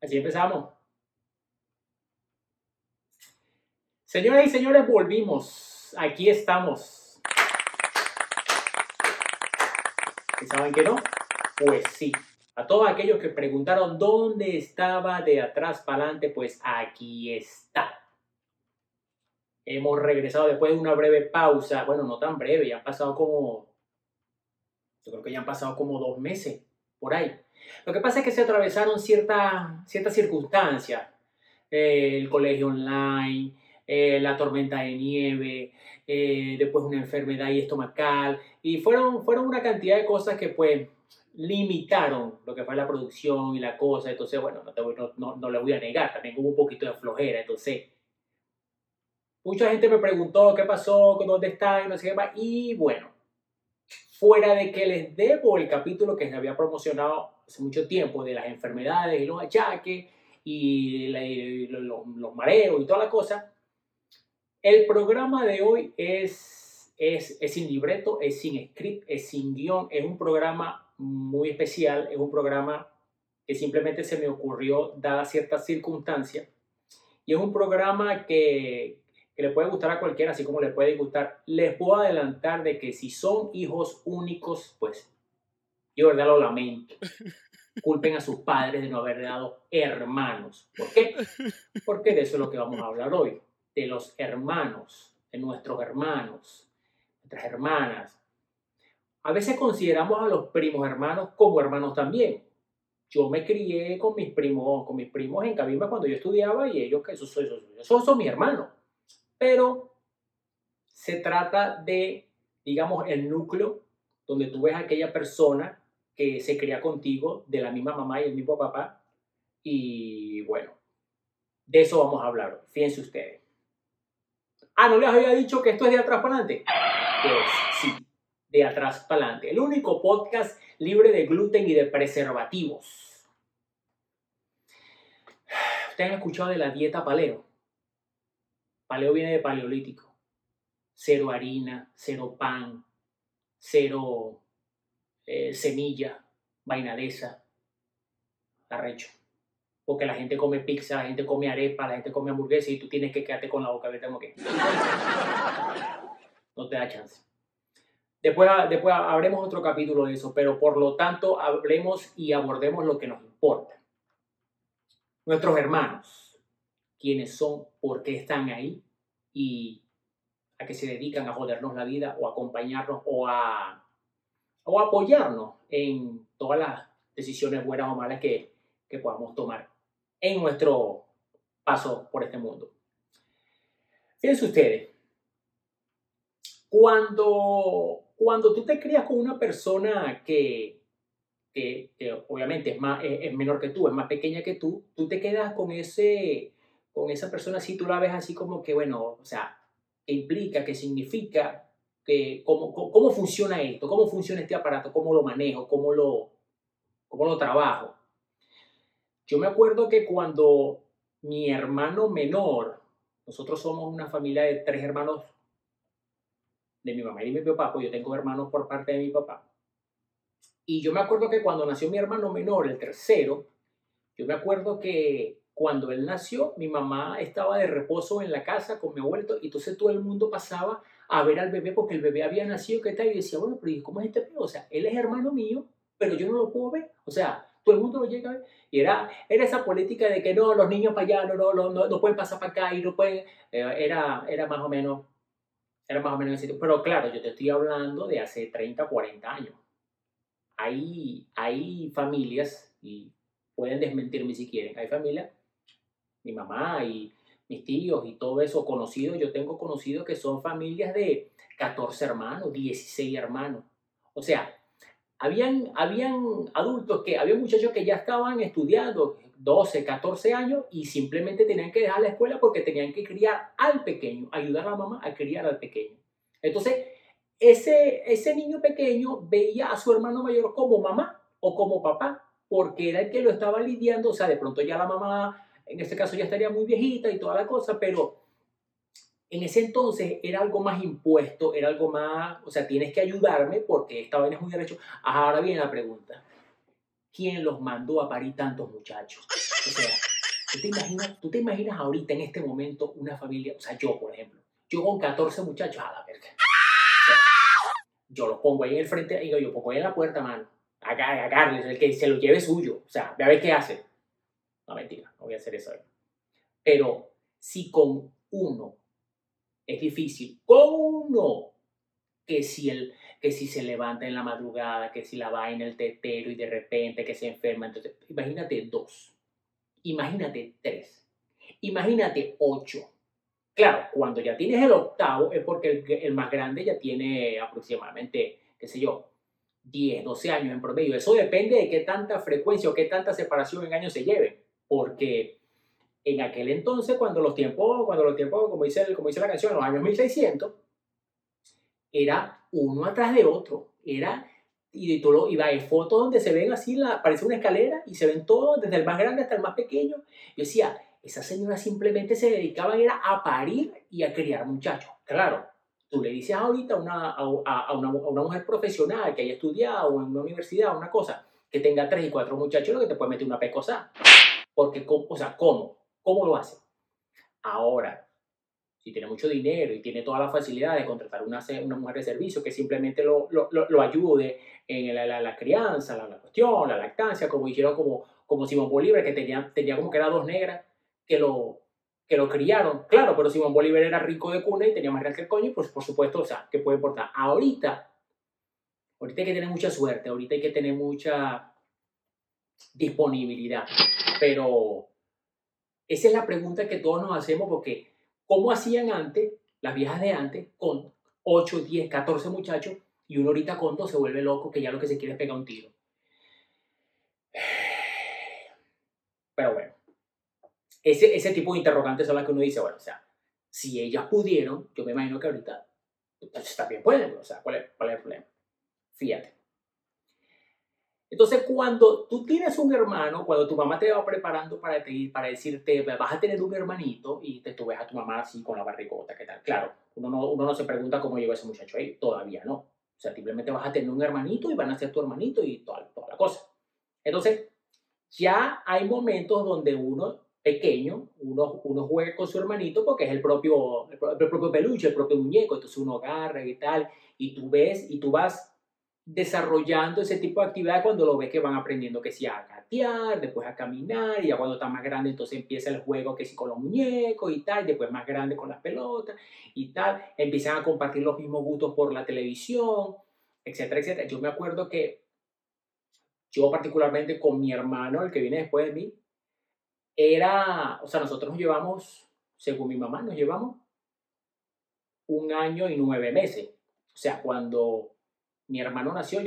Así empezamos. Señoras y señores, volvimos. Aquí estamos. ¿Y saben que no? Pues sí. A todos aquellos que preguntaron dónde estaba de atrás para adelante, pues aquí está. Hemos regresado después de una breve pausa. Bueno, no tan breve, ya han pasado yo creo que ya han pasado como 2 meses, por ahí. Lo que pasa es que se atravesaron ciertas circunstancias. El colegio online, la tormenta de nieve, después una enfermedad estomacal, y fueron una cantidad de cosas que pues limitaron lo que fue la producción y la cosa. Entonces, bueno, no le voy a negar, también hubo un poquito de flojera. Entonces, mucha gente me preguntó qué pasó, dónde está y no sé qué más, y bueno, fuera de que les debo el capítulo que se había promocionado hace mucho tiempo de las enfermedades y los achaques y los mareos y toda la cosa, el programa de hoy es sin libreto, es sin script, es sin guión, es un programa muy especial, es un programa que simplemente se me ocurrió dadas ciertas circunstancias, y es un programa que le puede gustar a cualquiera, así como le puede gustar. Les puedo adelantar de que si son hijos únicos, pues yo de verdad lo lamento. Culpen a sus padres de no haberle dado hermanos. ¿Por qué? Porque de eso es lo que vamos a hablar hoy. De los hermanos, de nuestros hermanos, nuestras hermanas. A veces consideramos a los primos hermanos como hermanos también. Yo me crié con mis primos en Cabimba cuando yo estudiaba, y ellos, que esos son mis hermanos. Pero se trata de, digamos, el núcleo donde tú ves a aquella persona que se cría contigo de la misma mamá y el mismo papá. Y bueno, de eso vamos a hablar hoy. Fíjense ustedes. ¿No les había dicho que esto es de atrás para adelante? Pues sí, de atrás para adelante. El único podcast libre de gluten y de preservativos. ¿Ustedes han escuchado de la dieta paleo? Paleo viene de paleolítico. Cero harina, cero pan, cero semilla, vaina de esa, arrecho. Porque la gente come pizza, la gente come arepa, la gente come hamburguesa, y tú tienes que quedarte con la boca abierta como que no te da chance. Después habremos otro capítulo de eso, pero por lo tanto hablemos y abordemos lo que nos importa. Nuestros hermanos, quiénes son, por qué están ahí y a qué se dedican, a jodernos la vida o a acompañarnos o a apoyarnos en todas las decisiones buenas o malas que podamos tomar en nuestro paso por este mundo. Fíjense ustedes, cuando tú te crías con una persona que obviamente es menor que tú, es más pequeña que tú te quedas con esa persona así, tú la ves así como que, bueno, o sea, ¿qué implica, qué significa, cómo funciona esto, cómo funciona este aparato, cómo lo manejo, cómo lo trabajo? Yo me acuerdo que cuando mi hermano menor, nosotros somos una familia de 3 hermanos de mi mamá y de mi papá, pues yo tengo hermanos por parte de mi papá. Y yo me acuerdo que cuando nació mi hermano menor, el tercero, yo me acuerdo que cuando él nació, mi mamá estaba de reposo en la casa con mi abuelo, y entonces todo el mundo pasaba a ver al bebé porque el bebé había nacido, ¿qué tal? Y decía, bueno, pero ¿y cómo es este pedo? O sea, él es hermano mío, pero yo no lo puedo ver. O sea, todo el mundo lo llega a ver. Y era esa política de que no, los niños para allá no pueden pasar para acá y no pueden. Era más o menos, ese. Pero claro, yo te estoy hablando de hace 30, 40 años. Hay familias, y pueden desmentirme si quieren, hay familias, mi mamá y mis tíos y todo eso, conocidos, yo tengo conocidos que son familias de 14 hermanos, 16 hermanos. O sea, había muchachos que ya estaban estudiando 12, 14 años, y simplemente tenían que dejar la escuela porque tenían que criar al pequeño, ayudar a la mamá a criar al pequeño. Entonces, ese niño pequeño veía a su hermano mayor como mamá o como papá, porque era el que lo estaba lidiando. O sea, de pronto ya la mamá, en este caso, ya estaría muy viejita y toda la cosa, pero en ese entonces era algo más impuesto, era algo más, o sea, tienes que ayudarme porque esta vaina es un derecho. Ahora viene la pregunta: ¿quién los mandó a parir tantos muchachos? O sea, tú te imaginas ahorita en este momento una familia, o sea, yo, por ejemplo, yo con 14 muchachos, a la verga. O sea, yo los pongo ahí en el frente, digo, yo pongo ahí en la puerta, mano. Agarres, el que se lo lleve suyo. O sea, ve a ver qué hace. No, mentira, no voy a hacer eso. Pero si con uno es difícil, con uno, que si se levanta en la madrugada, que si la va en el tetero y de repente que se enferma, entonces, imagínate dos, imagínate tres, imagínate ocho. Claro, cuando ya tienes el octavo es porque el más grande ya tiene aproximadamente, qué sé yo, 10, 12 años en promedio. Eso depende de qué tanta frecuencia o qué tanta separación en años se lleve. Porque en aquel entonces, cuando los tiempos como dice la canción, en los años 1600, era uno atrás de otro. Y hay fotos donde se ven así, parece una escalera y se ven todos, desde el más grande hasta el más pequeño. Yo decía, esa señora simplemente se dedicaba era a parir y a criar muchachos. Claro, tú le dices ahorita a una mujer profesional que haya estudiado en una universidad, una cosa, que tenga 3 y 4 muchachos, lo que te puede meter una pecosa. Porque, o sea, ¿cómo? ¿Cómo lo hace? Ahora, si tiene mucho dinero y tiene toda la facilidad de contratar una mujer de servicio que simplemente lo ayude en la crianza, la cuestión, la lactancia, como hicieron como Simón Bolívar, que tenía como que eran dos negras que lo criaron. Claro, pero Simón Bolívar era rico de cuna y tenía más real que el coño, y pues por supuesto, o sea, ¿qué puede importar? Ahorita hay que tener mucha suerte, ahorita hay que tener mucha disponibilidad, pero esa es la pregunta que todos nos hacemos porque ¿cómo hacían antes, las viejas de antes, con 8, 10, 14 muchachos y uno ahorita con 2 se vuelve loco que ya lo que se quiere es pegar un tiro? Pero bueno, ese tipo de interrogantes son las que uno dice, bueno, o sea, si ellas pudieron, yo me imagino que ahorita entonces también pueden, o sea, ¿cuál es el problema? Fíjate. Entonces, cuando tú tienes un hermano, cuando tu mamá te va preparando para decirte, vas a tener un hermanito y tú ves a tu mamá así con la barrigota, ¿qué tal? Claro, uno no se pregunta cómo llegó ese muchacho ahí, todavía no. O sea, simplemente vas a tener un hermanito y van a ser tu hermanito y toda la cosa. Entonces, ya hay momentos donde uno pequeño, uno juega con su hermanito porque es el propio peluche, el propio muñeco, entonces uno agarra y tal, y tú ves y tú vas desarrollando ese tipo de actividad cuando lo ves que van aprendiendo que sí a gatear, después a caminar, y ya cuando está más grande entonces empieza el juego que sí con los muñecos y tal, y después más grande con las pelotas y tal, empiezan a compartir los mismos gustos por la televisión, etcétera, etcétera. Yo me acuerdo que yo particularmente con mi hermano, el que viene después de mí, o sea, nosotros nos llevamos, según mi mamá, nos llevamos 1 año y 9 meses. O sea, cuando mi hermano nació,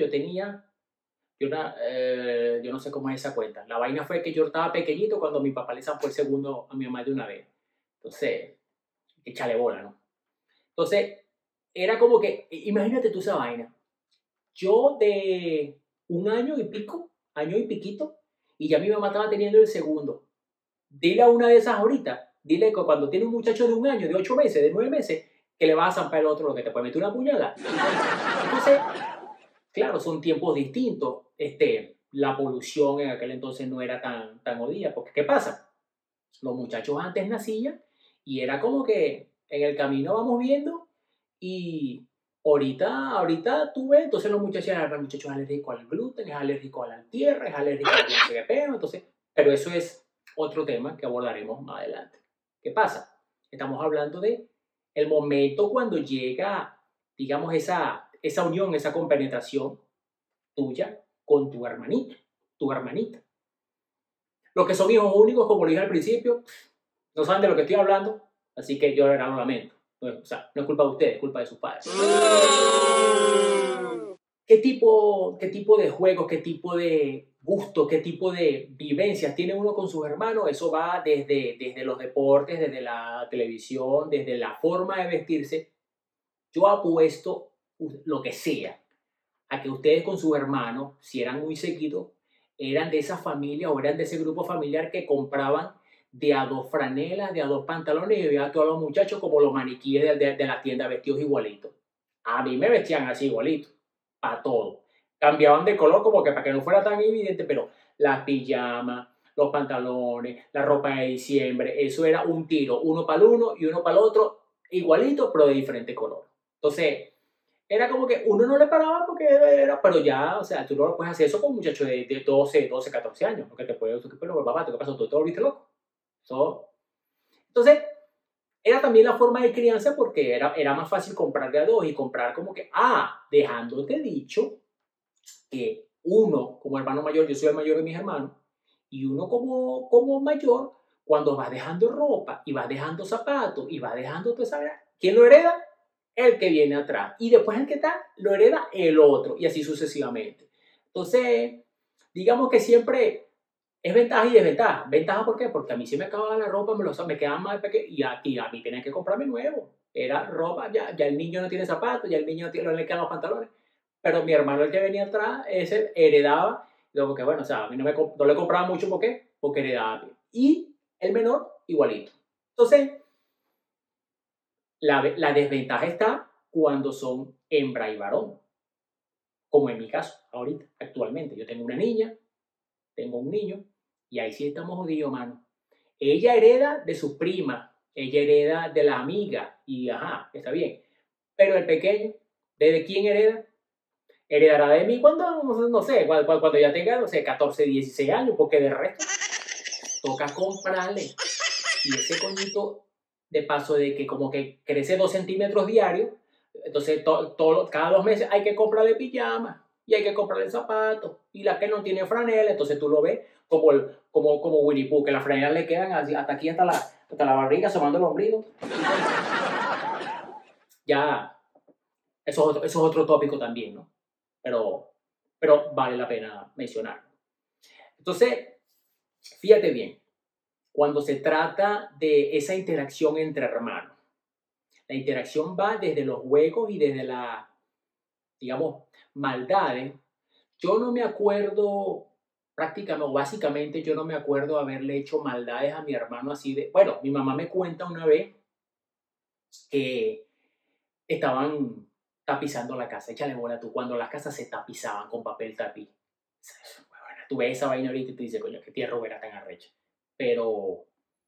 yo no sé cómo es esa cuenta. La vaina fue que yo estaba pequeñito cuando mi papá le zampó el segundo a mi mamá de una vez. Entonces, échale bola, ¿no? Entonces, era como que, imagínate tú esa vaina. Yo de 1 año y pico, año y piquito, y ya mi mamá estaba teniendo el segundo. Dile a una de esas ahorita, dile que cuando tiene un muchacho de 1 año, de 8 meses, de 9 meses, que le vas a zampar el otro, lo que te puede meter una puñalada. Entonces, claro, son tiempos distintos. La polución en aquel entonces no era tan jodida, porque ¿qué pasa? Los muchachos antes nacían y era como que en el camino vamos viendo y ahorita tú ves, entonces el muchacho es alérgico al gluten, es alérgico a la tierra, es alérgico al no sé qué pero entonces, pero eso es otro tema que abordaremos más adelante. ¿Qué pasa? Estamos hablando de el momento cuando llega, digamos, esa unión, esa compenetración tuya con tu hermanito, tu hermanita. Los que son hijos únicos, como lo dije al principio, no saben de lo que estoy hablando, así que yo lo lamento. O sea, no es culpa de ustedes, es culpa de sus padres. ¿Qué tipo de juegos, qué tipo de gustos, qué tipo de vivencias tiene uno con sus hermanos? Eso va desde los deportes, desde la televisión, desde la forma de vestirse. Yo apuesto lo que sea a que ustedes con sus hermanos, si eran muy seguidos, eran de esa familia o eran de ese grupo familiar que compraban de a dos franelas, de a dos pantalones y veían a todos los muchachos como los maniquíes de la tienda vestidos igualitos. A mí me vestían así igualitos, a todo. Cambiaban de color como que para que no fuera tan evidente, pero las pijamas, los pantalones, la ropa de diciembre, eso era un tiro, uno para el uno y uno para el otro, igualito, pero de diferente color. Entonces, era como que uno no le paraba porque era, pero ya, o sea, tú no puedes hacer eso con un muchacho de 12, 14 años, porque te puede, pero papá, ¿qué pasó? ¿Tú te volviste loco? Entonces, era también la forma de crianza porque era más fácil comprar de a dos y comprar como que, dejándote dicho que uno como hermano mayor, yo soy el mayor de mis hermanos, y uno como mayor, cuando vas dejando ropa y vas dejando zapatos y vas dejando toda esa vida, ¿quién lo hereda? El que viene atrás. Y después el que está, lo hereda el otro, y así sucesivamente. Entonces, digamos que siempre es ventaja y desventaja. ¿Ventaja por qué? Porque a mí si me acababa la ropa, me quedaba más pequeño y a mí tenía que comprarme nuevo. Era ropa, ya el niño no tiene zapatos, ya el niño no le quedan los pantalones. Pero mi hermano, el que venía atrás, ese heredaba. Porque bueno, o sea, a mí no le compraba mucho, ¿por qué? Porque heredaba. Y el menor, igualito. Entonces, la desventaja está cuando son hembra y varón. Como en mi caso, ahorita, actualmente. Yo tengo una niña, tengo un niño, y ahí sí estamos jodidos, mano. Ella hereda de su prima, ella hereda de la amiga, y ajá, está bien. Pero el pequeño, ¿de quién hereda? Heredará de mí cuando, no sé, cuando ya tenga, no sé, 14, 16 años, porque de resto toca comprarle. Y ese coñito, de paso de que como que crece 2 centímetros diarios, entonces cada 2 meses hay que comprarle pijama y hay que comprarle zapatos. Y la que no tiene franela, entonces tú lo ves como Winnie Pooh, que las franelas le quedan así, hasta aquí, hasta la barriga, asomando el ombligo. Ya, eso es otro tópico también, ¿no? Pero vale la pena mencionar. Entonces, fíjate bien, cuando se trata de esa interacción entre hermanos, la interacción va desde los juegos y desde las, digamos, maldades. Yo no me acuerdo prácticamente, o básicamente yo no me acuerdo haberle hecho maldades a mi hermano así de... Bueno, mi mamá me cuenta una vez que estaban tapizando la casa. Échale bola tú, cuando las casas se tapizaban con papel tapiz. Tú ves esa vaina ahorita y te dices, coño, qué tierra era tan arrecha. Pero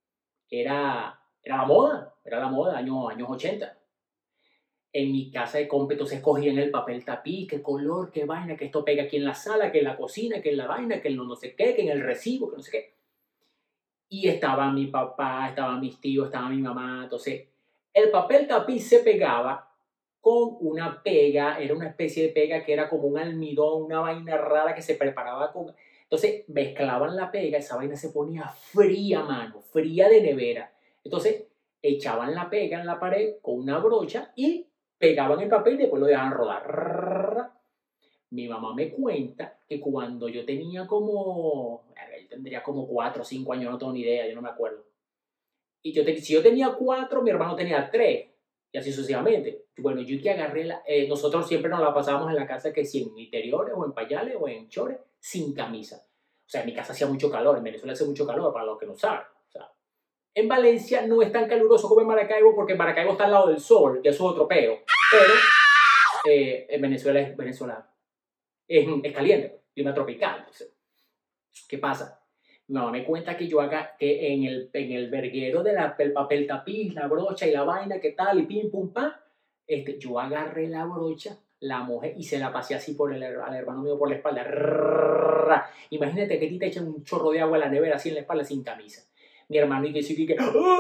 era la moda, años 80. En mi casa de cómputo se escogían el papel tapiz, qué color, qué vaina, que esto pega aquí en la sala, que en la cocina, que en la vaina, que en no sé qué, que en el recibo, que no sé qué. Y estaba mi papá, estaban mis tíos, estaba mi mamá. Entonces, el papel tapiz se pegaba con una pega, era una especie de pega que era como un almidón, una vaina rara que se preparaba con... Entonces, mezclaban la pega, esa vaina se ponía fría, mano, fría de nevera. Entonces, echaban la pega en la pared con una brocha y pegaban el papel y después lo dejaban rodar. Mi mamá me cuenta que cuando yo tenía yo tendría como 4 o 5 años, no tengo ni idea, yo no me acuerdo. Y si yo tenía 4, mi hermano tenía 3, y así sucesivamente. Bueno, yo que agarré, nosotros siempre nos la pasábamos en la casa que si en interiores o en payales o en chores, sin camisa. O sea, en mi casa hacía mucho calor, en Venezuela hace mucho calor, para los que no saben. O sea, en Valencia no es tan caluroso como en Maracaibo, porque Maracaibo está al lado del sol, que eso es otro peo. Pero en Venezuela es caliente, clima tropical. Entonces, ¿qué pasa? Mi mamá me cuenta que que en el verguero del papel tapiz, la brocha y la vaina, ¿qué tal? Y pim, pum, pam. Yo agarré la brocha, la mojé y se la pasé así al hermano mío por la espalda. Imagínate que a ti te echan un chorro de agua en la nevera así en la espalda sin camisa. Mi hermano y que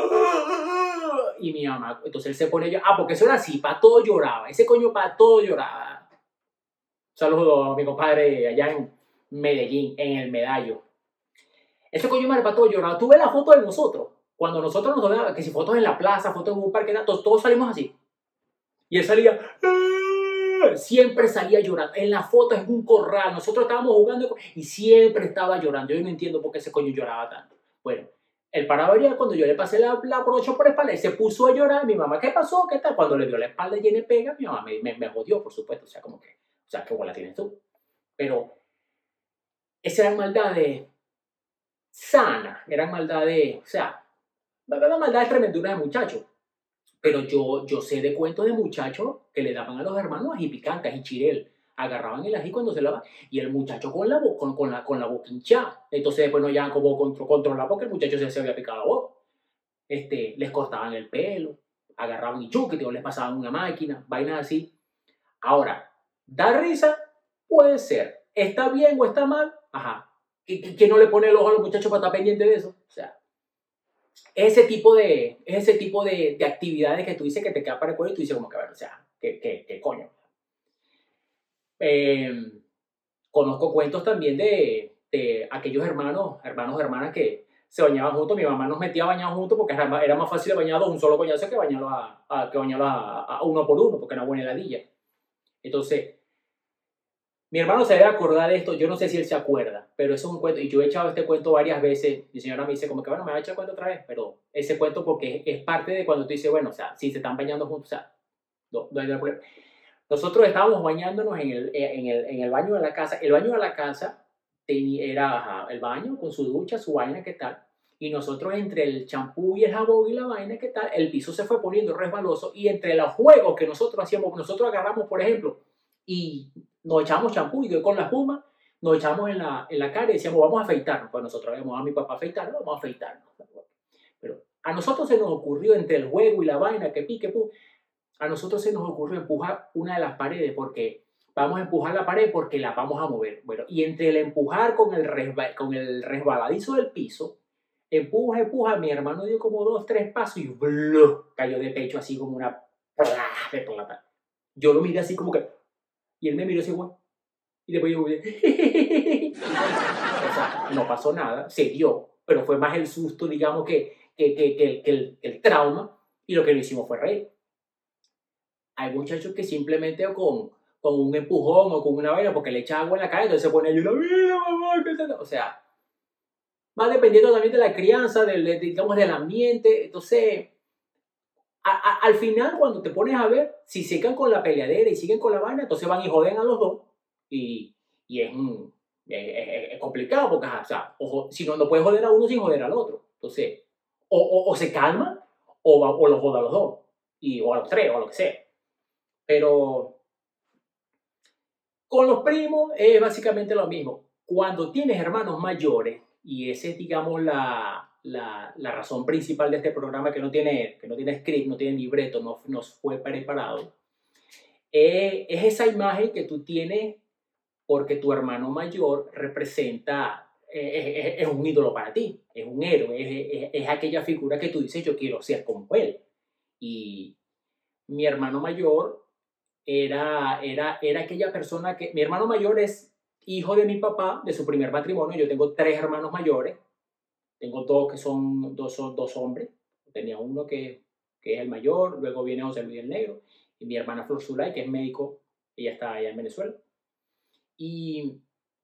y mi mamá, entonces él se pone yo, porque eso era así, para todo lloraba, ese coño para todo lloraba. Saludos a mi compadre allá en Medellín, en el Medallo. Ese coño madre para todo lloraba. Tú ves la foto de nosotros, cuando nosotros nos tomamos, que si fotos en la plaza, fotos en un parque, todos salimos así. Y él salía, siempre salía llorando. En la foto es un corral, nosotros estábamos jugando y siempre estaba llorando. Yo no entiendo por qué ese coño lloraba tanto. Bueno, el paraba ya cuando yo le pasé la brocha por la espalda, él se puso a llorar. Mi mamá, ¿qué pasó? ¿Qué tal? Cuando le vio la espalda llena de pega, mi mamá me jodió, por supuesto. O sea, ¿qué bola tienes tú? Pero esa era maldades sanas, eran maldades, o sea, eran maldades tremenduras de muchachos. Pero yo sé de cuentos de muchachos que le daban a los hermanos ají picante, ají chirel, agarraban el ají cuando se lava y el muchacho con la, con la boca hinchada. Entonces después no hallaban cómo controlar porque el muchacho se había picado la boca. Les cortaban el pelo, agarraban y chuquete o les pasaban una máquina, vainas así. Ahora, ¿da risa? Puede ser. ¿Está bien o está mal? Ajá. ¿Que no le pone el ojo a los muchachos para estar pendiente de eso? O sea, ese tipo de actividades que tú dices que te queda para el cuello y tú dices como que, bueno, o sea, ¿qué coño? Conozco cuentos también de aquellos hermanos o hermanas que se bañaban juntos. Mi mamá nos metía a bañar juntos porque era más fácil bañarlos un solo coñazo que bañarlos a uno por uno, porque era buena heladilla. Entonces, mi hermano se debe acordar de esto, yo no sé si él se acuerda, pero eso es un cuento, y yo he echado este cuento varias veces, mi señora me dice como que, bueno, me va a echar el cuento otra vez, pero ese cuento porque es parte de cuando tú dices, bueno, o sea, si se están bañando juntos, o sea, no hay problema. Nosotros estábamos bañándonos en el baño de la casa. El baño de la casa era el baño con su ducha, su vaina, ¿qué tal? Y nosotros entre el champú y el jabón y la vaina, ¿qué tal? El piso se fue poniendo resbaloso y entre los juegos que nosotros hacíamos, nosotros agarramos, por ejemplo, y nos echamos champú y con la espuma nos echamos en la cara y decíamos, vamos a afeitarnos. Pues nosotros habíamos a mi papá afeitarnos, vamos a afeitarnos. Pero a nosotros se nos ocurrió entre el juego y la vaina, que pique, pum, a nosotros se nos ocurrió empujar una de las paredes porque vamos a empujar la pared porque la vamos a mover. Bueno, y entre el empujar con el resbaladizo del piso, empuja, mi hermano dio como 2, 3 pasos y ¡bluh! Cayó de pecho así como una de plata. Yo lo miré así como que, y él me miró así, güey. Y después yo, o sea, no pasó nada, se dio, pero fue más el susto, digamos, que el trauma, y lo que lo hicimos fue reír. Hay muchachos que simplemente con un empujón o con una vaina porque le echa agua en la cara, entonces se pone a llorar, mira mamá, ¿qué tal? O sea, va dependiendo también de la crianza, digamos, del ambiente. Entonces, al final, cuando te pones a ver, si siguen con la peleadera y siguen con la vaina, entonces van y joden a los dos. Y es complicado porque, o sea, si no puedes joder a uno sin joder al otro. Entonces, o se calma o los joda a los dos, o a los tres, o a lo que sea. Pero con los primos es básicamente lo mismo. Cuando tienes hermanos mayores, y esa es, digamos, la razón principal de este programa que no tiene script, no tiene libreto, no fue preparado, es esa imagen que tú tienes porque tu hermano mayor representa, es un ídolo para ti, es un héroe, es aquella figura que tú dices, yo quiero ser como él. Y mi hermano mayor era aquella persona que, mi hermano mayor es hijo de mi papá, de su primer matrimonio. Yo tengo 3 hermanos mayores, tengo dos hombres, tenía uno que es el mayor, luego viene José Luis el Negro, y mi hermana Flor Zulay, que es médico, ella está allá en Venezuela. Y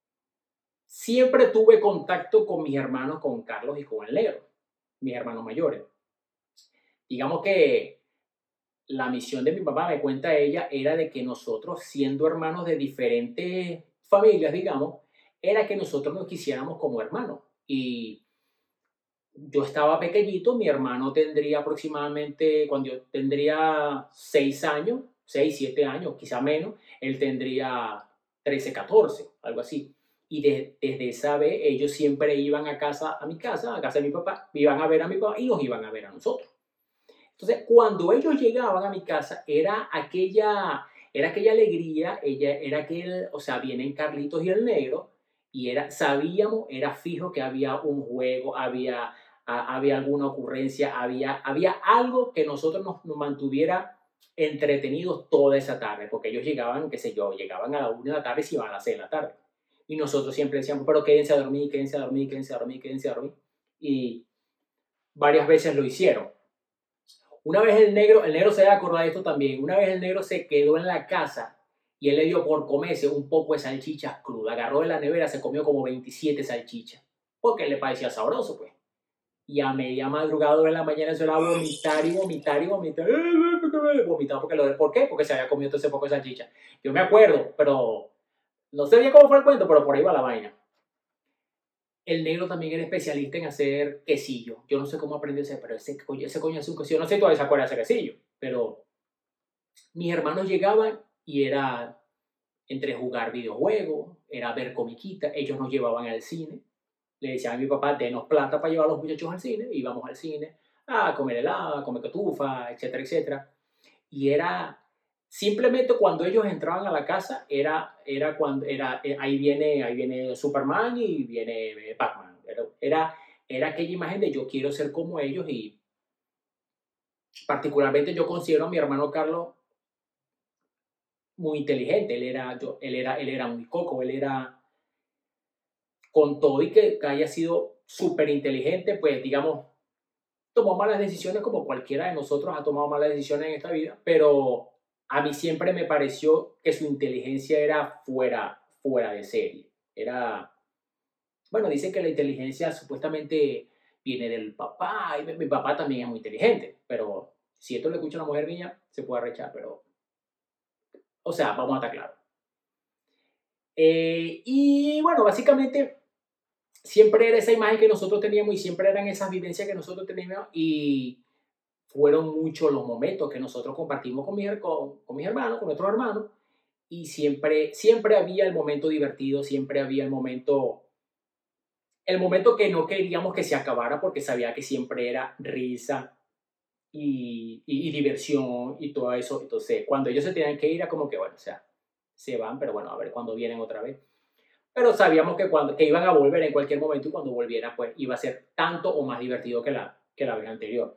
siempre tuve contacto con mis hermanos, con Carlos y con el Negro, mis hermanos mayores. Digamos que la misión de mi papá, me cuenta ella, era de que nosotros, siendo hermanos de diferentes familias, digamos, era que nosotros nos quisiéramos como hermanos. Y yo estaba pequeñito, mi hermano tendría aproximadamente, cuando yo tendría 6 años, 6, 7 años, quizá menos, él tendría 13, 14, algo así. Y desde esa vez ellos siempre iban a mi casa, a casa de mi papá, iban a ver a mi papá y nos iban a ver a nosotros. Entonces, cuando ellos llegaban a mi casa, era aquella alegría, era aquel, o sea, vienen Carlitos y el Negro, y sabíamos, era fijo que había un juego, había alguna ocurrencia, había algo que nosotros nos mantuviera entretenidos toda esa tarde, porque ellos llegaban, qué sé yo, llegaban a la 1 de la tarde y se iban a las 6 de la tarde. Y nosotros siempre decíamos, pero quédense a dormir, quédense a dormir, quédense a dormir, quédense a dormir. Y varias veces lo hicieron. Una vez el negro se debe acordar de esto también, una vez el negro se quedó en la casa y él le dio por comerse un poco de salchichas crudas. Agarró de la nevera, se comió como 27 salchichas, porque le parecía sabroso, pues. Y a media madrugada de la mañana se la vomitar y vomitar y vomitar. Vomitar ¿por qué? Porque se había comido todo ese poco de salchicha. Yo me acuerdo, pero no sé bien cómo fue el cuento, pero por ahí va la vaina. El negro también era especialista en hacer quesillo. Yo no sé cómo aprendió a hacer, pero ese coño hace un quesillo. No sé si todavía se acuerda de ese quesillo, pero mis hermanos llegaban y era entre jugar videojuegos, era ver comiquitas, ellos nos llevaban al cine, le decían a mi papá, denos plata para llevar a los muchachos al cine, íbamos al cine a comer helado, a comer cotufa, etcétera, etcétera. Y era, simplemente cuando ellos entraban a la casa, era cuando, ahí viene Superman y viene Batman. Era aquella imagen de yo quiero ser como ellos y particularmente yo considero a mi hermano Carlos muy inteligente. Él era muy coco, él era con todo y que haya sido súper inteligente, pues digamos, tomó malas decisiones como cualquiera de nosotros ha tomado malas decisiones en esta vida, pero a mí siempre me pareció que su inteligencia era fuera de serie. Era, bueno, dicen que la inteligencia supuestamente viene del papá, y mi papá también es muy inteligente, pero si esto lo escucha una mujer mía, se puede arrechar, pero, o sea, vamos a estar claros. Y bueno, básicamente siempre era esa imagen que nosotros teníamos y siempre eran esas vivencias que nosotros teníamos y fueron muchos los momentos que nosotros compartimos con mis hermanos, con nuestros hermanos y siempre había el momento divertido, siempre había el momento que no queríamos que se acabara porque sabía que siempre era risa y diversión y todo eso. Entonces, cuando ellos se tenían que ir, era como que, bueno, o sea, se van, pero bueno, a ver cuándo vienen otra vez. Pero sabíamos que iban a volver en cualquier momento y cuando volvieran, pues iba a ser tanto o más divertido que la vez anterior.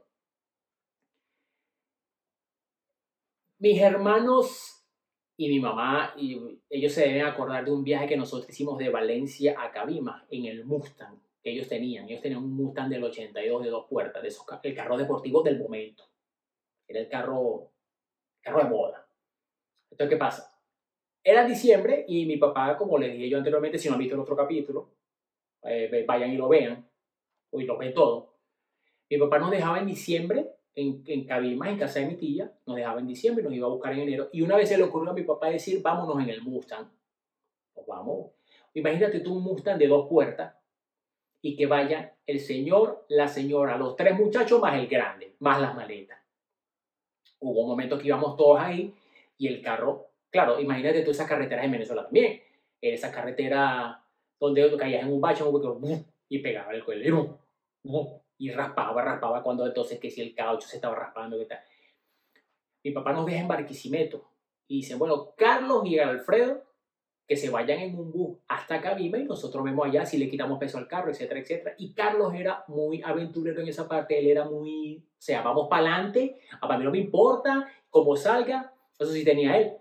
Mis hermanos y mi mamá, y ellos se deben acordar de un viaje que nosotros hicimos de Valencia a Cabima en el Mustang que ellos tenían. Ellos tenían un Mustang del 82 de dos puertas, el carro deportivo del momento. Era el carro de moda. Entonces, ¿qué pasa? Era diciembre y mi papá, como les dije yo anteriormente, si no han visto el otro capítulo, vayan y lo vean, o y lo ven todo. Mi papá nos dejaba en diciembre en Cabimas, en casa de mi tía, nos dejaba en diciembre y nos iba a buscar en enero. Y una vez se le ocurrió a mi papá decir, vámonos en el Mustang. Pues vamos. Imagínate tú un Mustang de dos puertas y que vayan el señor, la señora, los tres muchachos más el grande, más las maletas. Hubo un momento que íbamos todos ahí y el carro, claro, imagínate tú esas carreteras en Venezuela también. Esa carretera donde tú caías en un bache, un hueco, y pegaba el cuello. Y raspaba cuando entonces que si el caucho se estaba raspando, ¿qué tal? Mi papá nos deja en Barquisimeto y dice, bueno, Carlos y Alfredo que se vayan en un bus hasta Cabima y nosotros vemos allá si le quitamos peso al carro, etcétera, etcétera. Y Carlos era muy aventurero en esa parte, él era muy, o sea, vamos para adelante, a mí no me importa cómo salga, eso sí tenía él,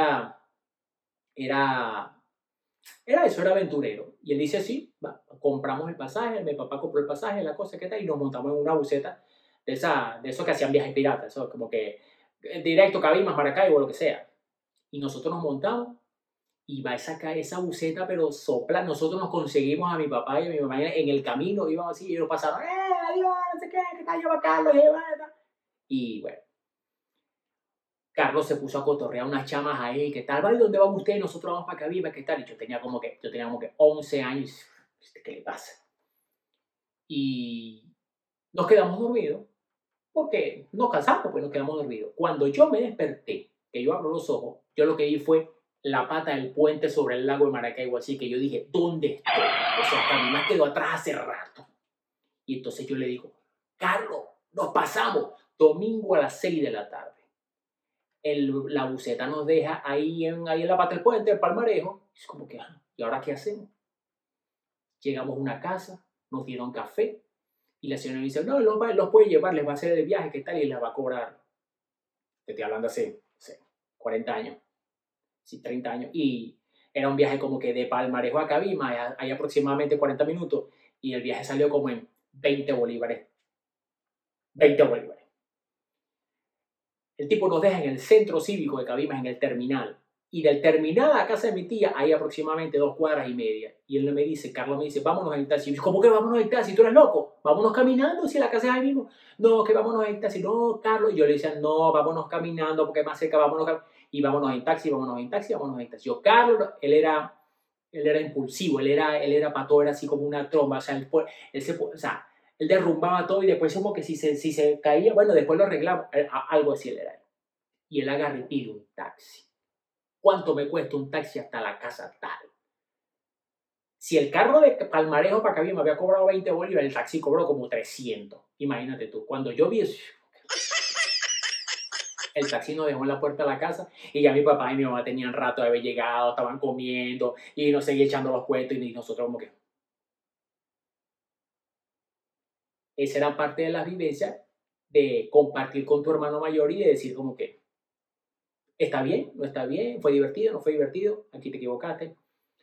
era, era eso, era aventurero. Y él dice, sí, va, compramos el pasaje, mi papá compró el pasaje, la cosa que tal, y nos montamos en una buseta de esos que hacían viajes piratas, eso como que directo Cabimas, Maracaibo, lo que sea. Y nosotros nos montamos y va a sacar esa buceta, pero sopla. Nosotros nos conseguimos a mi papá y a mi mamá en el camino, íbamos así, y ellos pasaron, adiós, no sé qué tal, lleva Carlos, y bueno, Carlos se puso a cotorrear unas chamas ahí, ¿qué tal? ¿Vale? ¿Dónde vamos ustedes? Nosotros vamos para Cabiba, ¿qué tal? Y yo tenía como que 11 años, ¿qué le pasa? Y nos quedamos dormidos, porque nos cansamos, pues nos quedamos dormidos. Cuando yo me desperté, que yo abro los ojos, yo lo que vi fue la pata del puente sobre el lago de Maracaibo, así que yo dije, ¿dónde estoy? O sea, Cabima quedó atrás hace rato. Y entonces yo le digo, Carlos, nos pasamos, domingo a las 6 de la tarde. La buceta nos deja ahí en la pata del puente, el Palmarejo. Es como que, ¿y ahora qué hacemos? Llegamos a una casa, nos dieron café, y la señora dice, no, los puede llevar, les va a hacer el viaje, ¿qué tal? Y les va a cobrar, te estoy hablando hace 40 años, sí, 30 años. Y era un viaje como que de Palmarejo a Cabima, hay aproximadamente 40 minutos, y el viaje salió como en 20 bolívares. 20 bolívares. El tipo nos deja en el centro cívico de Cabimas, en el terminal. Y del terminal a la casa de mi tía hay aproximadamente 2 cuadras y media. Y él me dice, Carlos me dice, vámonos en taxi. Y yo, ¿cómo que vámonos en taxi? ¿Tú eres loco? Vámonos caminando, si la casa es ahí mismo. No, que vámonos en taxi. No, Carlos. Y yo le decía, no, vámonos caminando porque es más cerca, vámonos caminando. Y vámonos en taxi, vámonos en taxi, vámonos en taxi. Yo, Carlos, él era impulsivo, él era para todo, era así como una tromba. O sea, él derrumbaba todo y después como que si se caía, bueno, después lo arreglaba. Algo así él era. Y él agarra y pide un taxi. ¿Cuánto me cuesta un taxi hasta la casa tal? Si el carro de Palmarejo para acá me había cobrado 20 bolívares, el taxi cobró como 300. Imagínate tú. Cuando yo vi eso, el taxi nos dejó en la puerta de la casa y ya mi papá y mi mamá tenían rato de haber llegado, estaban comiendo y nos seguía echando los cuentos y nosotros como que... Esa era parte de las vivencias de compartir con tu hermano mayor y de decir como que está bien, no está bien, fue divertido, no fue divertido, aquí te equivocaste.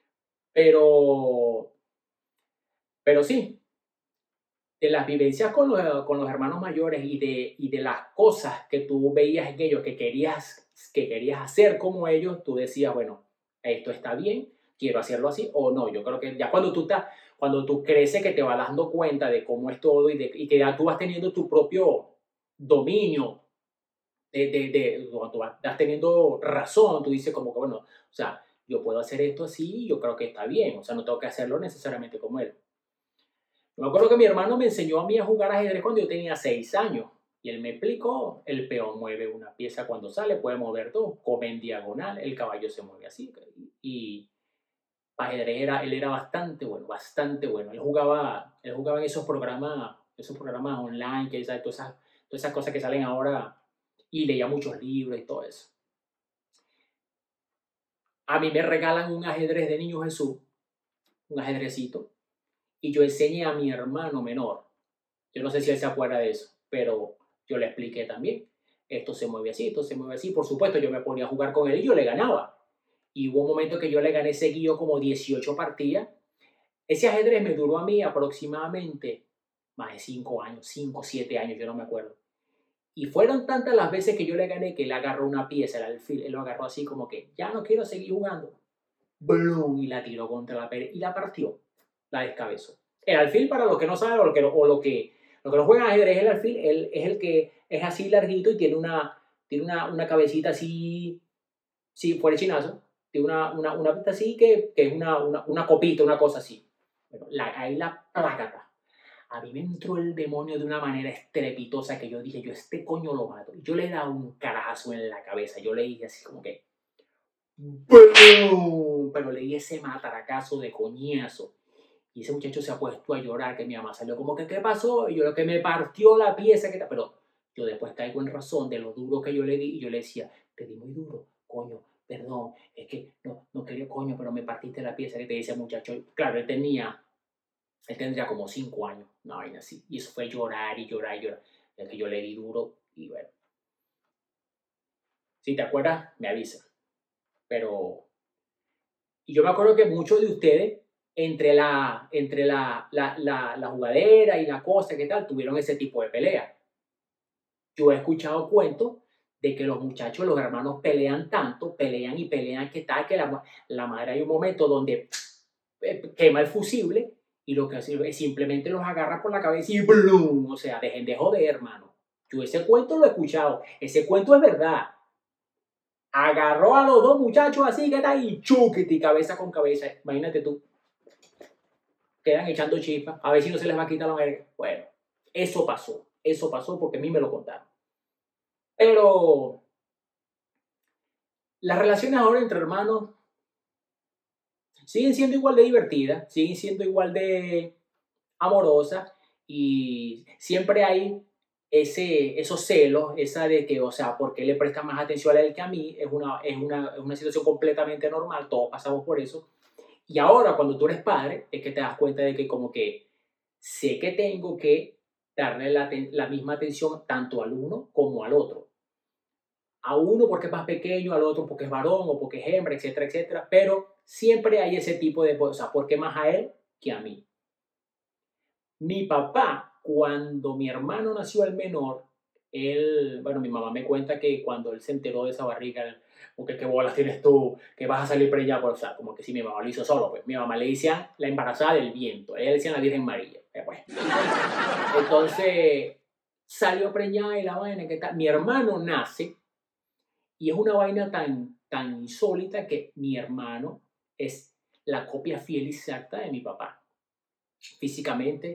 Pero, pero sí, de las vivencias con los hermanos mayores y de las cosas que tú veías en ellos que querías hacer como ellos, tú decías, bueno, esto está bien, quiero hacerlo así o no. Yo creo que ya cuando tú creces que te vas dando cuenta de cómo es todo y que ya tú vas teniendo tu propio dominio, cuando tú vas teniendo razón, tú dices como que, bueno, o sea, yo puedo hacer esto así y yo creo que está bien, o sea, no tengo que hacerlo necesariamente como él. Me acuerdo que mi hermano me enseñó a mí a jugar ajedrez cuando yo tenía 6 años. Y él me explicó, el peón mueve una pieza cuando sale, puede mover dos, come en diagonal, el caballo se mueve así. Y ajedrez él era bastante bueno, bastante bueno. Él jugaba en esos programas online, que ¿sabes? Todas esas cosas que salen ahora, y leía muchos libros y todo eso. A mí me regalan un ajedrez de Niño Jesús, un ajedrecito, y yo enseñé a mi hermano menor. Yo no sé si él se acuerda de eso, pero yo le expliqué también. Esto se mueve así, esto se mueve así. Por supuesto, yo me ponía a jugar con él y yo le ganaba. Y hubo un momento que yo le gané seguido como 18 partidas. Ese ajedrez me duró a mí aproximadamente más de 5 años, 5 7 años, yo no me acuerdo. Y fueron tantas las veces que yo le gané que él agarró una pieza, el alfil, él lo agarró así como que ya no quiero seguir jugando. ¡Blum! Y la tiró contra la pared y la partió, la descabezó. El alfil, para los que no saben lo que no juegan ajedrez, el alfil es el que es así larguito y tiene una cabecita así, si fuera chinazo, tiene una pista así que es una copita, una cosa así. Bueno, ahí la plácata. A mí me entró el demonio de una manera estrepitosa que yo dije, yo este coño lo mato. Y yo le he dado un carajazo en la cabeza. Yo le dije así como que, ¡boom! Pero le di ese mataracazo de coñazo. Y ese muchacho se ha puesto a llorar, que mi mamá salió como que, ¿qué pasó? Y yo lo que me partió la pieza, pero yo después caigo en razón de lo duro que yo le di y yo le decía, te di muy duro, coño, perdón, es que no quería, coño, pero me partiste la pieza que te dice el muchacho. Claro, él tendría como 5 años, una vaina así. Y eso fue llorar y llorar y llorar. Es que yo le di duro y bueno. Si te acuerdas, me avisa. Pero, y yo me acuerdo que muchos de ustedes entre la jugadera y la cosa, ¿qué tal? Tuvieron ese tipo de pelea. Yo he escuchado cuentos de que los muchachos, los hermanos pelean tanto, pelean y pelean, que tal, que la madre hay un momento donde quema el fusible y lo que hace es simplemente los agarra por la cabeza y ¡blum! O sea, dejen de joder, hermano. Yo ese cuento lo he escuchado, ese cuento es verdad. Agarró a los dos muchachos así, que tal, y chuquiti, cabeza con cabeza. Imagínate tú. Quedan echando chispas, a ver si no se les va a quitar la verga. Bueno, eso pasó porque a mí me lo contaron. Pero las relaciones ahora entre hermanos siguen siendo igual de divertidas, siguen siendo igual de amorosas y siempre hay esos celos, esa de que, o sea, ¿por qué le presta más atención a él que a mí? Es una situación completamente normal, todos pasamos por eso. Y ahora, cuando tú eres padre, es que te das cuenta de que como que sé que tengo que darle la misma atención tanto al uno como al otro. A uno porque es más pequeño, al otro porque es varón o porque es hembra, etcétera, etcétera. Pero siempre hay ese tipo de cosas. ¿Por qué más a él que a mí? Mi papá, cuando mi hermano nació el menor, bueno, mi mamá me cuenta que cuando él se enteró de esa barriga, porque qué bolas tienes tú, que vas a salir preñada, pues, o sea, como que si mi mamá lo hizo solo, pues mi mamá le decía la embarazada del viento, ella le decía la Virgen María, pues. Entonces, salió preñada y la vaina, ¿qué tal? Mi hermano nace y es una vaina tan insólita que mi hermano es la copia fiel y exacta de mi papá, físicamente,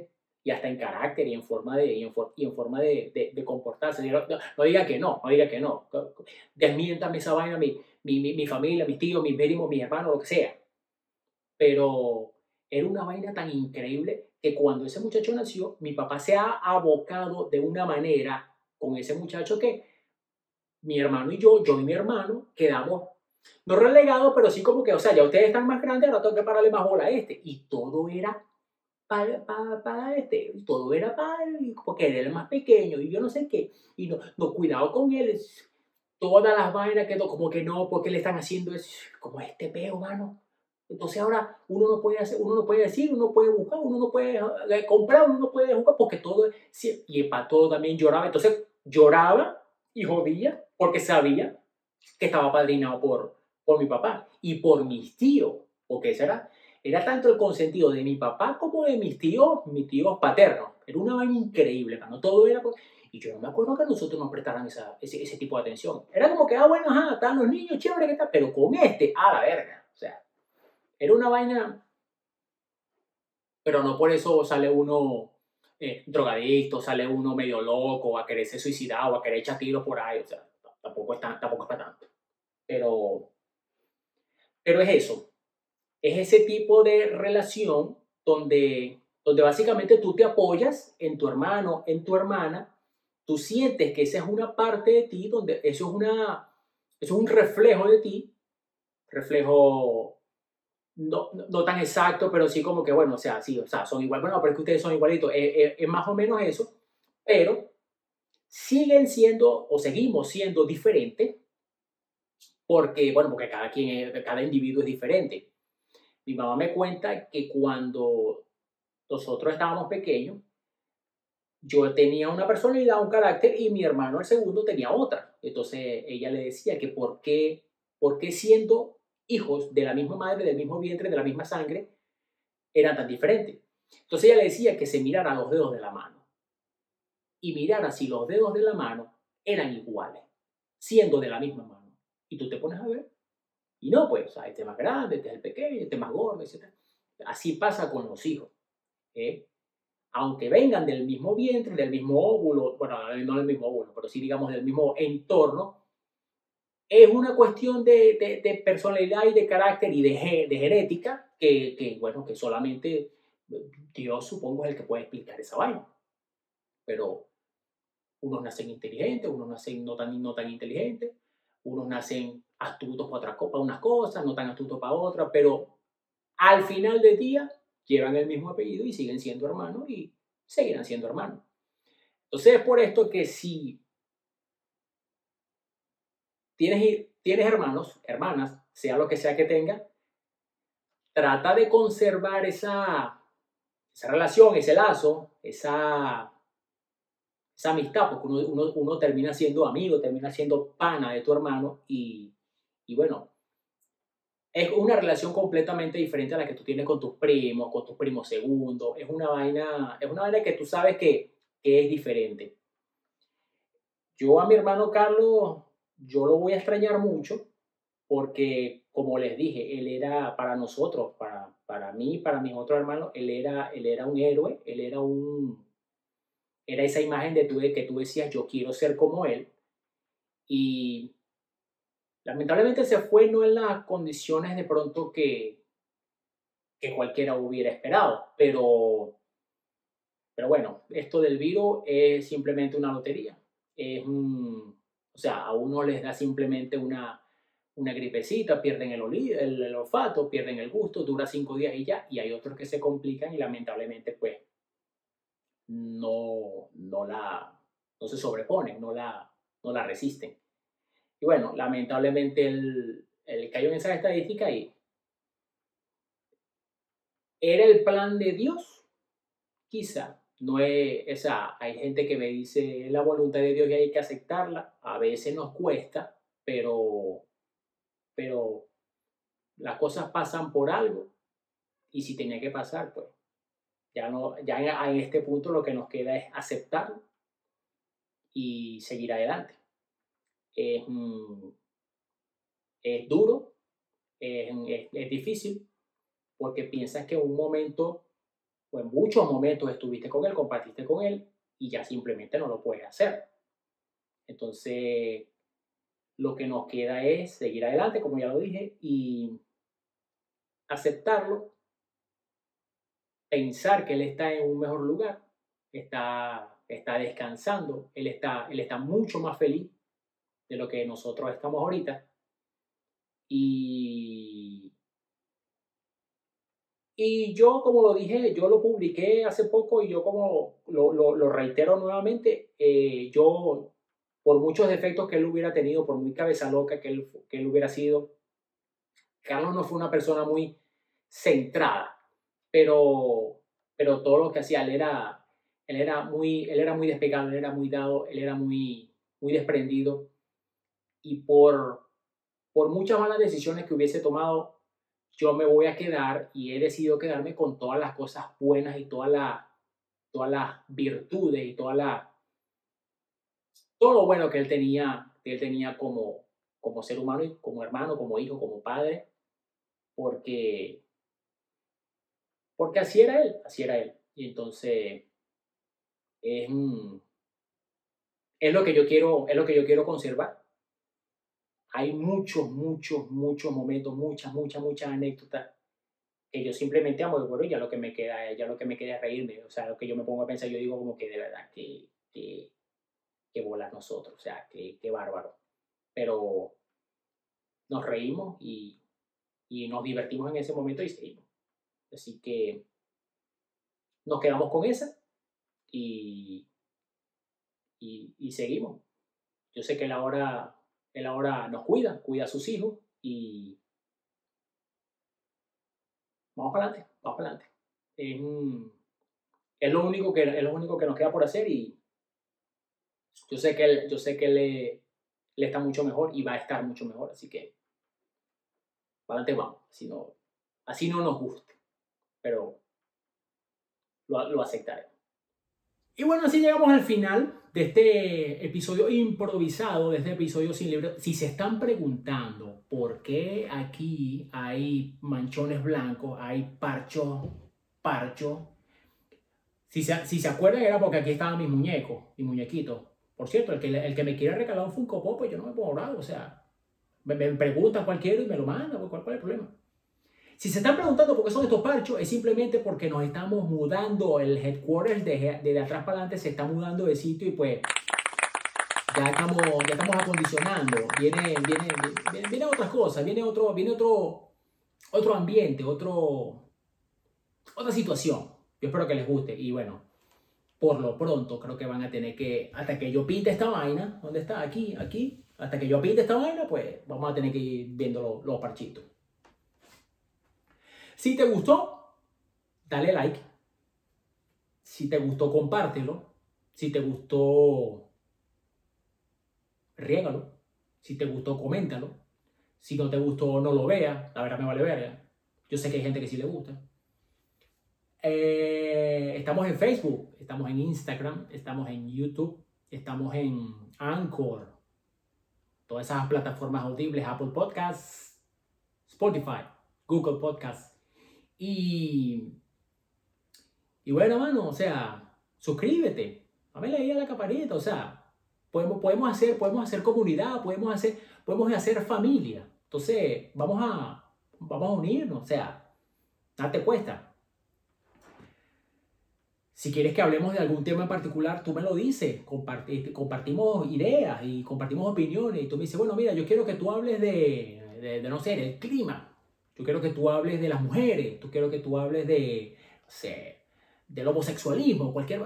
y hasta en carácter y en forma de comportarse. No diga que no, no diga que no. Desmiéntame esa vaina, mi familia, mis tíos, mis primos, mis hermanos, lo que sea. Pero era una vaina tan increíble que cuando ese muchacho nació, mi papá se ha abocado de una manera con ese muchacho que mi hermano y yo y mi hermano, quedamos, no relegados, pero sí como que, o sea, ya ustedes están más grandes, ahora tengo que pararle más bola a este. Y todo era para este, todo era para él, porque él era el más pequeño y yo no sé qué. Y no cuidado con él, todas las vainas que como que no, porque le están haciendo eso, como este peo, mano. Entonces ahora uno no puede hacer, uno no puede decir, uno no puede buscar, uno no puede comprar, uno no puede jugar, porque todo, y para todo también lloraba. Entonces lloraba y jodía porque sabía que estaba padrinado por mi papá y por mis tíos, porque era tanto el consentido de mi papá como de mis tíos paternos. Era una vaina increíble, no todo era. Y yo no me acuerdo que a nosotros nos prestaran ese tipo de atención. Era como que, bueno, ajá, estaban los niños, chévere, ¿qué tal? Pero con a la verga. O sea, era una vaina, pero no por eso sale uno drogadicto, sale uno medio loco, a quererse suicidar o a querer echar tiros por ahí. O sea, tampoco es para tanto. Pero es eso. Es ese tipo de relación donde básicamente tú te apoyas en tu hermano, en tu hermana, tú sientes que esa es una parte de ti, donde eso es un reflejo de ti, reflejo no tan exacto, pero sí como que, bueno, o sea, sí, o sea, son igual, bueno, pero es que ustedes son igualitos, es más o menos eso, pero siguen siendo o seguimos siendo diferentes porque, bueno, porque cada individuo es diferente. Mi mamá me cuenta que cuando nosotros estábamos pequeños, yo tenía una personalidad, un carácter, y mi hermano, el segundo, tenía otra. Entonces ella le decía que por qué siendo hijos de la misma madre, del mismo vientre, de la misma sangre, eran tan diferentes. Entonces ella le decía que se mirara los dedos de la mano y mirara si los dedos de la mano eran iguales, siendo de la misma mano. Y tú te pones a ver, y no, pues, o sea, este es más grande, este es el pequeño, este es más gordo, etc. Así pasa con los hijos. ¿Eh? Aunque vengan del mismo vientre, del mismo óvulo, bueno, no del mismo óvulo, pero sí digamos del mismo entorno, es una cuestión de personalidad y de carácter y de genética bueno, que solamente Dios supongo es el que puede explicar esa vaina. Pero unos nacen inteligentes, unos nacen no tan inteligentes, unos nacen astutos para unas cosas, no tan astutos para otras, pero al final del día llevan el mismo apellido y siguen siendo hermanos y seguirán siendo hermanos. Entonces es por esto que si tienes hermanos, hermanas, sea lo que sea que tengas, trata de conservar esa relación, ese lazo, esa amistad, porque uno termina siendo amigo, termina siendo pana de tu hermano y bueno, es una relación completamente diferente a la que tú tienes con tus primos segundos. Es una vaina que tú sabes que es diferente. Yo a mi hermano Carlos, yo lo voy a extrañar mucho porque, como les dije, él era para nosotros, para mí, para mis otros hermanos, él era un héroe, era esa imagen que tú decías, yo quiero ser como él. Y lamentablemente se fue no en las condiciones de pronto que cualquiera hubiera esperado, pero bueno, esto del virus es simplemente una lotería. O sea, a uno les da simplemente una gripecita, pierden el olfato, pierden el gusto, dura 5 días y ya, y hay otros que se complican y lamentablemente pues no, no se sobreponen, no la resisten. Y bueno, lamentablemente él cayó en esa estadística y era el plan de Dios, quizá. No es, esa, hay gente que me dice la voluntad de Dios y hay que aceptarla. A veces nos cuesta, pero las cosas pasan por algo y si tenía que pasar, pues ya no, ya en este punto lo que nos queda es aceptarlo y seguir adelante. Es, es duro, es difícil, porque piensas que en un momento o en muchos momentos estuviste con él, compartiste con él y ya simplemente no lo puedes hacer. Entonces, lo que nos queda es seguir adelante, como ya lo dije, y aceptarlo, pensar que él está en un mejor lugar, está descansando, él está mucho más feliz de lo que nosotros estamos ahorita. Y, y yo, como lo dije, yo lo publiqué hace poco y yo como lo reitero nuevamente, yo, por muchos defectos que él hubiera tenido, por muy cabeza loca que él hubiera sido, Carlos no fue una persona muy centrada, pero todo lo que hacía, él era muy despegado, él era muy dado, él era muy, muy desprendido y por muchas malas decisiones que hubiese tomado, yo me voy a quedar y he decidido quedarme con todas las cosas buenas y todas las virtudes y todo lo bueno que él tenía como ser humano y como hermano, como hijo, como padre, porque, porque así era él, así era él. Y entonces es, mm, es lo que yo quiero conservar. Hay muchos, muchos, muchos momentos, muchas, muchas, muchas anécdotas que yo simplemente amo de bueno, ya lo que me queda es reírme. O sea, lo que yo me pongo a pensar, yo digo como que de verdad, que bolas nosotros, o sea, que bárbaro. Pero nos reímos y nos divertimos en ese momento y seguimos. Así que nos quedamos con esa y, y seguimos. Yo sé que él ahora nos cuida a sus hijos y vamos para adelante, vamos para adelante. Es lo único que nos queda por hacer y yo sé que él está mucho mejor y va a estar mucho mejor, así que para adelante vamos, así no nos guste, pero lo aceptaremos. Y bueno, así llegamos al final de este episodio improvisado, de este episodio sin libro. Si se están preguntando por qué aquí hay manchones blancos, hay parchos, si se acuerdan era porque aquí estaban mis muñecos, mis muñequitos. Por cierto, el que me quiera regalar un Funko Pop, pues yo no me pongo bravo, o sea, me pregunta cualquiera y me lo manda, pues, ¿cuál es el problema? Si se están preguntando por qué son estos parchos, es simplemente porque nos estamos mudando, el headquarters de atrás para adelante se está mudando de sitio y pues ya estamos acondicionando. Viene otras cosas, viene otro ambiente, otra situación. Yo espero que les guste y bueno, por lo pronto creo que van a tener que, hasta que yo pinte esta vaina, ¿dónde está? Aquí, hasta que yo pinte esta vaina, pues vamos a tener que ir viendo los parchitos. Si te gustó, dale like. Si te gustó, compártelo. Si te gustó, riégalo. Si te gustó, coméntalo. Si no te gustó, no lo veas. La verdad me vale verga. Yo sé que hay gente que sí le gusta. Estamos en Facebook, estamos en Instagram, estamos en YouTube, estamos en Anchor, todas esas plataformas audibles, Apple Podcasts, Spotify, Google Podcasts. Y bueno, mano, o sea, suscríbete, dame ahí a la campanita, o sea, podemos hacer comunidad, podemos hacer familia. Entonces, vamos a unirnos, o sea, nada te cuesta. Si quieres que hablemos de algún tema en particular, tú me lo dices, compartimos ideas y compartimos opiniones. Y tú me dices, bueno, mira, yo quiero que tú hables de no sé, del clima. Yo quiero que tú hables de las mujeres. Yo quiero que tú hables de, no sé, del homosexualismo, cualquier...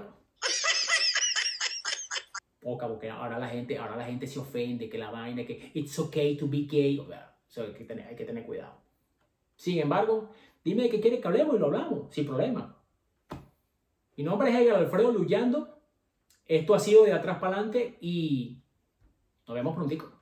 Poca, porque ahora la gente se ofende, que la vaina, que it's okay to be gay. O sea, hay que tener cuidado. Sin embargo, dime de qué quieres que hablemos y lo hablamos, sin problema. Mi nombre es Edgar Alfredo Luyando. Esto ha sido De Atrás para Adelante y nos vemos prontico.